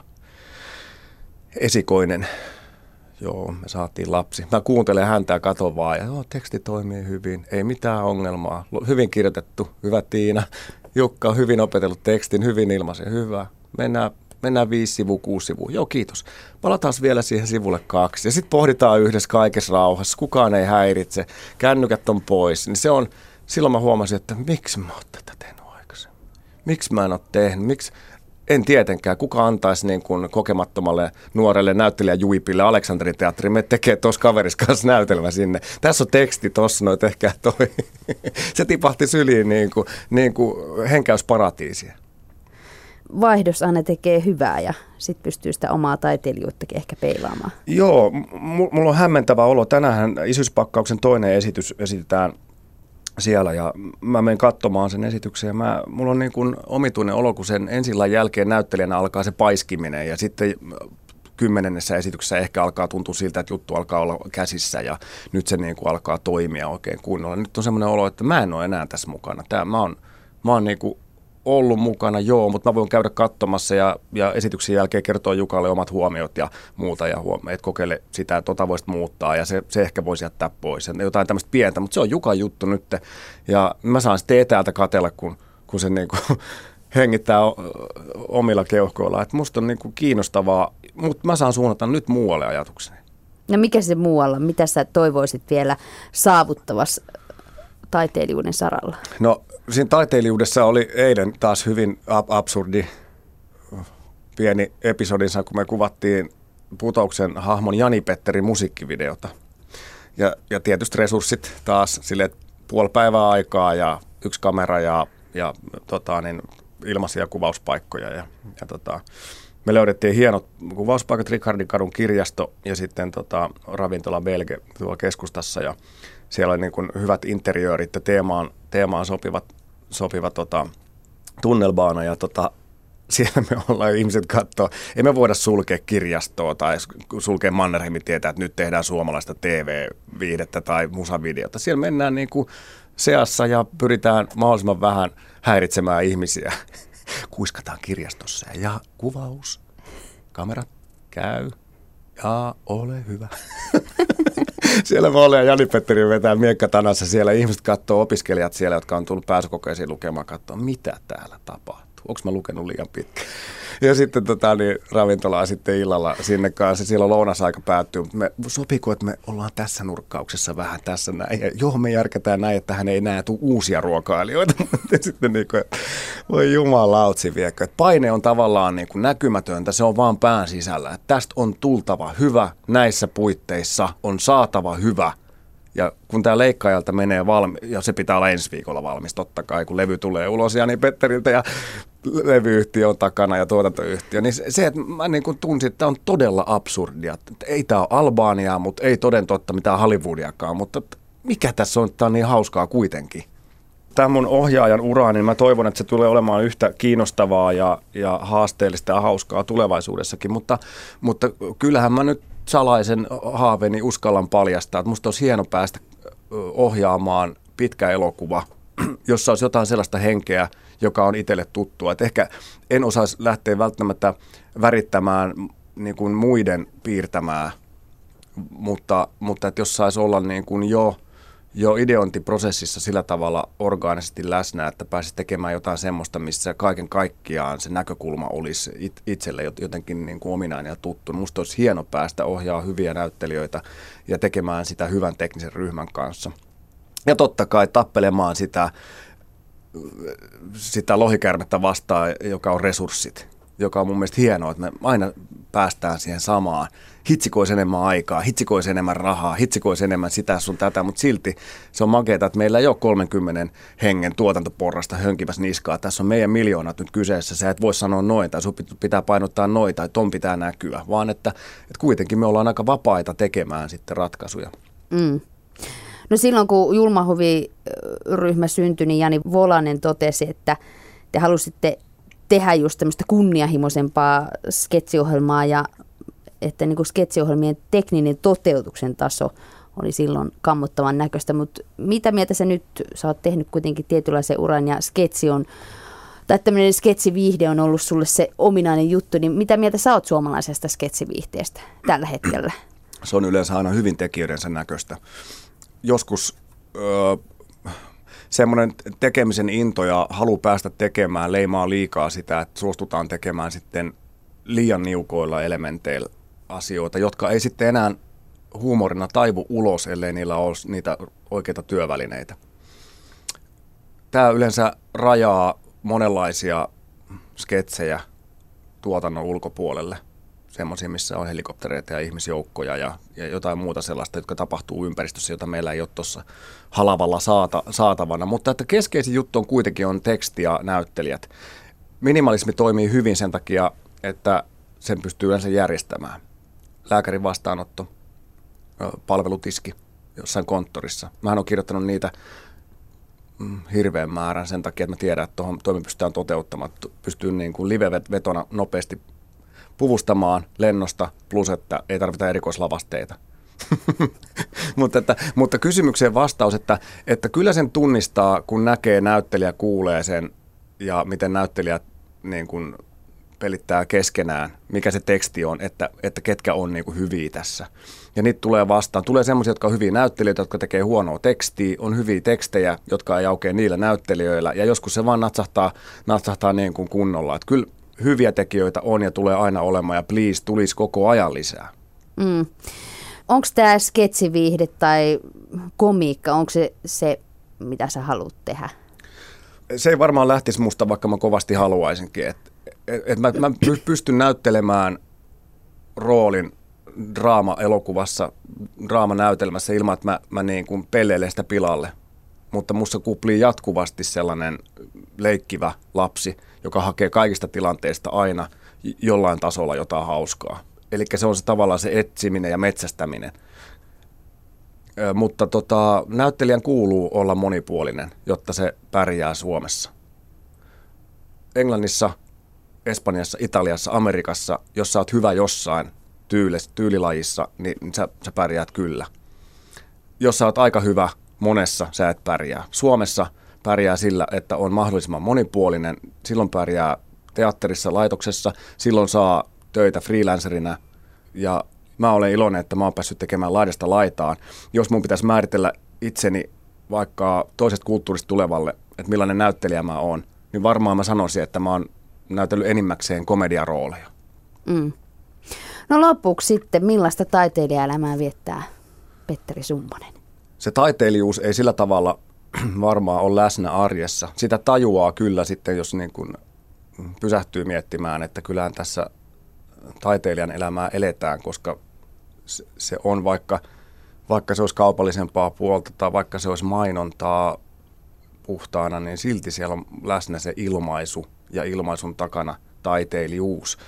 Esikoinen. Joo, me saatiin lapsi. Mä kuuntelen häntä ja katon vaan. Ja joo, teksti toimii hyvin. Ei mitään ongelmaa. Hyvin kirjoitettu. Hyvä Tiina. Jukka on hyvin opetellut tekstin. Hyvin ilmaisen. Hyvä. Mennään, mennään viisi sivua, kuusi sivua. Joo, kiitos. Palataan vielä siihen sivulle kaksi. Ja sitten pohditaan yhdessä kaikessa rauhassa. Kukaan ei häiritse. Kännykät on pois. Niin se on... Silloin mä huomasin, että miksi mä oon tätä tehnyt aikaisemmin? Miksi mä en ole tehnyt? Miksi? En tietenkään. Kuka antaisi niin kuin kokemattomalle nuorelle näyttelijäjuipille Aleksanterin teatteriin, me tekee tuossa kaverissa kanssa näytelmä sinne. Tässä on teksti tuossa, noin tehkää toi. Se tipahti syliin niin kuin, niin kuin henkäysparatiisia. vaihdos aina tekee hyvää ja sitten pystyy sitä omaa taiteilijuuttakin ehkä peilaamaan. Joo, m- mulla on hämmentävä olo. Tänään Isyyspakkauksen toinen esitys esitetään siellä ja mä menen katsomaan sen esityksen ja mä, mulla on niin kuin omituinen olo, kun sen ensillan jälkeen näyttelijänä alkaa se paiskiminen ja sitten kymmenennessä esityksessä ehkä alkaa tuntua siltä, että juttu alkaa olla käsissä ja nyt se niin kuin alkaa toimia oikein kunnolla. Nyt on semmoinen olo, että mä en ole enää tässä mukana. Tää, mä oon, mä oon niin kuin ollut mukana, joo, mutta mä voin käydä katsomassa ja, ja esityksen jälkeen kertoa Jukalle omat huomiot ja muuta ja huom- et kokeile sitä, että tota voisit muuttaa ja se, se ehkä voisi jättää pois. Ja jotain tämmöistä pientä, mutta se on Jukan juttu nyt ja mä saan sitten etäältä katsella, kun, kun se niinku hengittää omilla keuhkoilla. Et musta on niinku kiinnostavaa, mutta mä saan suunnata nyt muualle ajatukseni. No mikä se muualla? Mitä sä toivoisit vielä saavuttavassa taiteilijuuden saralla? No siinä taiteilijuudessa oli eilen taas hyvin ab- absurdi pieni episodinsa, kun me kuvattiin Putouksen hahmon Jani-Petterin musiikkivideota. Ja, ja tietysti resurssit taas sille puoli päivää aikaa ja yksi kamera ja, ja tota, niin, ilmaisia kuvauspaikkoja. Ja, ja tota, me löydettiin hienot kuvauspaikat, Richardin kadun kirjasto ja sitten tota, ravintola Belge tuolla keskustassa. Ja siellä oli niin kuin hyvät interiöörit ja teemaan, teemaan sopivat, sopivat tota, tunnelbaana ja tota, siellä me ollaan, ihmiset katsoo, ei me voida sulkea kirjastoa tai sulkea Mannerheimin tietää, että nyt tehdään suomalaista T V-viihdettä tai musavideota. Siellä mennään niin kuin seassa ja pyritään mahdollisimman vähän häiritsemään ihmisiä. Kuiskataan kirjastossa ja kuvaus, kamera, käy ja ole hyvä. Siellä mä olen ja Jani-Petteri vetää miekkatanassa siellä. Ihmiset katsoo, opiskelijat siellä, jotka on tullut pääsykokeisiin lukemaan, katsoo, mitä täällä tapahtuu. Onko mä lukenut liian pitkä? Ja sitten tota, niin, ravintolaa sitten illalla sinne kanssa. Siellä lounasaika päättyy. Me, sopiiko, että me ollaan tässä nurkkauksessa vähän tässä näin? Ja joo, me järkätään näin, että hän ei enää tule uusia ruokailijoita. Sitten niin kuin, voi jumalautsi viekö. Että paine on tavallaan niin kuin näkymätöntä. Se on vaan pään sisällä. Että tästä on tultava hyvä. Näissä puitteissa on saatava hyvä. Ja kun tämä leikkaajalta menee valmi, ja se pitää olla ensi viikolla valmis totta kai, kun levy tulee ulos Jani-Petteriltä ja levyyhtiö on takana ja tuotantoyhtiö, niin se, että mä niin kuin tunsin, että tämä on todella absurdia. Että ei tämä ole Albaniaa, mutta ei toden totta mitään Hollywoodiakaan, mutta mikä tässä on, että tämä on niin hauskaa kuitenkin. Tämä mun ohjaajan ura, niin mä toivon, että se tulee olemaan yhtä kiinnostavaa ja, ja haasteellista ja hauskaa tulevaisuudessakin, mutta, mutta kyllähän mä nyt salaisen haaveeni uskallan paljastaa, että musta olisi hieno päästä ohjaamaan pitkä elokuva, jossa olisi jotain sellaista henkeä, joka on itselle tuttua. Et ehkä en osaisi lähteä välttämättä värittämään niin kuin muiden piirtämää, mutta, mutta että jos saisi olla niin kuin jo, jo ideointiprosessissa sillä tavalla orgaanisesti läsnä, että pääsisi tekemään jotain semmoista, missä kaiken kaikkiaan se näkökulma olisi itselle jotenkin niin kuin ominainen ja tuttu. Musta olisi hieno päästä ohjaa hyviä näyttelijöitä ja tekemään sitä hyvän teknisen ryhmän kanssa. Ja totta kai tappelemaan sitä, sitä lohikärmettä vastaan, joka on resurssit, joka on mun mielestä hienoa, että me aina päästään siihen samaan. Hitsikoisi enemmän aikaa, hitsikoisi enemmän rahaa, hitsikoisi enemmän sitä sun tätä, mutta silti se on makeeta, että meillä ei ole kolmenkymmenen hengen tuotantoporrasta hönkivässä niskaa. Tässä on meidän miljoonat nyt kyseessä. Sä et voi sanoa noin tai sun pitää painottaa noin tai ton pitää näkyä, vaan että, että kuitenkin me ollaan aika vapaita tekemään sitten ratkaisuja. Mm. No silloin kun Julmahovi-ryhmä syntyi, niin Jani Volanen totesi, että te halusitte tehdä just tämmöistä kunnianhimoisempaa sketsiohjelmaa ja että niin kuin sketsiohjelmien tekninen toteutuksen taso oli silloin kammottavan näköistä, mutta mitä mieltä sä nyt, sä oot tehnyt kuitenkin tietynlaisen uran ja sketsi on, tai tämmöinen sketsiviihde on ollut sulle se ominainen juttu, niin mitä mieltä sä oot suomalaisesta sketsiviihteestä tällä hetkellä? Se on yleensä aina hyvin tekijöidensä näköistä. Joskus öö, semmoinen tekemisen into ja halu päästä tekemään leimaa liikaa sitä, että suostutaan tekemään sitten liian niukoilla elementeillä asioita, jotka ei sitten enää huumorina taivu ulos, ellei niillä ole niitä oikeita työvälineitä. Tämä yleensä rajaa monenlaisia sketsejä tuotannon ulkopuolelle. Semmoisia, missä on helikoptereita ja ihmisjoukkoja ja, ja jotain muuta sellaista, jotka tapahtuu ympäristössä, jota meillä ei ole tuossa halavalla saata, saatavana. Mutta että keskeisin juttu on kuitenkin on teksti ja näyttelijät. minimalismi toimii hyvin sen takia, että sen pystyy yleensä järjestämään. Lääkärin vastaanotto, palvelutiski jossain konttorissa. Mähän olen kirjoittanut niitä hirveän määrän sen takia, että mä tiedän, että tuohon toimi pystytään toteuttamaan. Pystyy niin kuin live-vetona nopeasti puvustamaan lennosta, plus että ei tarvita erikoislavasteita. mutta, että, mutta kysymykseen vastaus, että, että kyllä sen tunnistaa, kun näkee näyttelijä, kuulee sen ja miten näyttelijät niin kuin pelittää keskenään, mikä se teksti on, että, että ketkä on niin kuin hyviä tässä. Ja niitä tulee vastaan. Tulee semmoisia, jotka on hyviä näyttelijöitä, jotka tekee huonoa tekstiä, on hyviä tekstejä, jotka ei aukea niillä näyttelijöillä, ja joskus se vaan natsahtaa, natsahtaa niin kuin kunnolla. Että kyllä hyviä tekijöitä on ja tulee aina olemaan, ja please, tulisi koko ajan lisää. Mm. Onko tämä sketsiviihde tai komiikka, onko se se, mitä sä haluat tehdä? Se ei varmaan lähtisi musta, vaikka mä kovasti haluaisinkin. Et, et, et mä, mä pystyn näyttelemään roolin draama-elokuvassa, draamanäytelmässä ilman, että mä, mä niin kuin pelleilen sitä pilalle. Mutta musta kuplii jatkuvasti sellainen leikkivä lapsi, joka hakee kaikista tilanteista aina jollain tasolla jotain hauskaa. Eli se on se tavallaan se etsiminen ja metsästäminen. Ö, mutta tota, näyttelijän kuuluu olla monipuolinen, jotta se pärjää Suomessa. Englannissa, Espanjassa, Italiassa, Amerikassa, jos sä oot hyvä jossain tyylis, tyylilajissa, niin sä, sä pärjäät kyllä. Jos sä oot aika hyvä monessa, sä et pärjää. Suomessa pärjää sillä, että on mahdollisimman monipuolinen. Silloin pärjää teatterissa, laitoksessa. Silloin saa töitä freelancerina. Ja mä olen iloinen, että mä oon päässyt tekemään laidasta laitaan. Jos mun pitäisi määritellä itseni vaikka toisesta kulttuurista tulevalle, että millainen näyttelijä mä oon, niin varmaan mä sanoisin, että mä oon näytellyt enimmäkseen komediarooleja. Mm. No lopuksi sitten, millaista taiteilijaelämää viettää Petteri Summonen? Se taiteilijuus ei sillä tavalla varmaan ole läsnä arjessa. Sitä tajuaa kyllä sitten, jos niin kuin pysähtyy miettimään, että kyllähän tässä taiteilijan elämää eletään, koska se on vaikka, vaikka se olisi kaupallisempaa puolta tai vaikka se olisi mainontaa puhtaana, niin silti siellä on läsnä se ilmaisu ja ilmaisun takana taiteilijuus.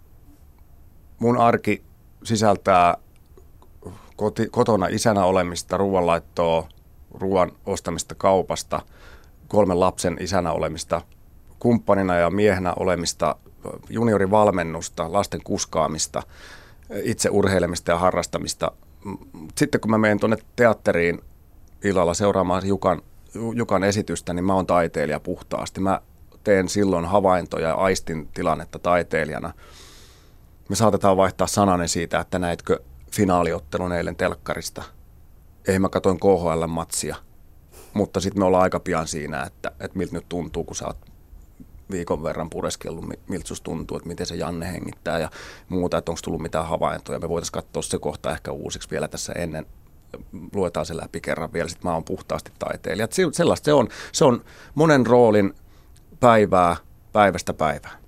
Mun arki sisältää koti, kotona isänä olemista, ruoanlaittoa, ruoan ostamista kaupasta, kolmen lapsen isänä olemista, kumppanina ja miehenä olemista, juniorivalmennusta, lasten kuskaamista, itse urheilemista ja harrastamista. Sitten kun mä menen tuonne teatteriin illalla seuraamaan Jukan, Jukan esitystä, niin mä oon taiteilija puhtaasti. Mä teen silloin havaintoja ja aistin tilannetta taiteilijana. Me saatetaan vaihtaa sananen siitä, että näitkö finaaliottelun eilen telkkarista. Ei, mä katoin K H L-matsia, mutta sitten me ollaan aika pian siinä, että, että miltä nyt tuntuu, kun sä oot viikon verran pureskellut, miltä susta tuntuu, että miten se Janne hengittää ja muuta, että onko tullut mitään havaintoja. Me voitaisiin katsoa se kohta ehkä uusiksi vielä tässä ennen. Luetaan se läpi kerran vielä, sitten mä oon puhtaasti taiteilija. Sellaista se on. Se on monen roolin päivää, päivästä päivää.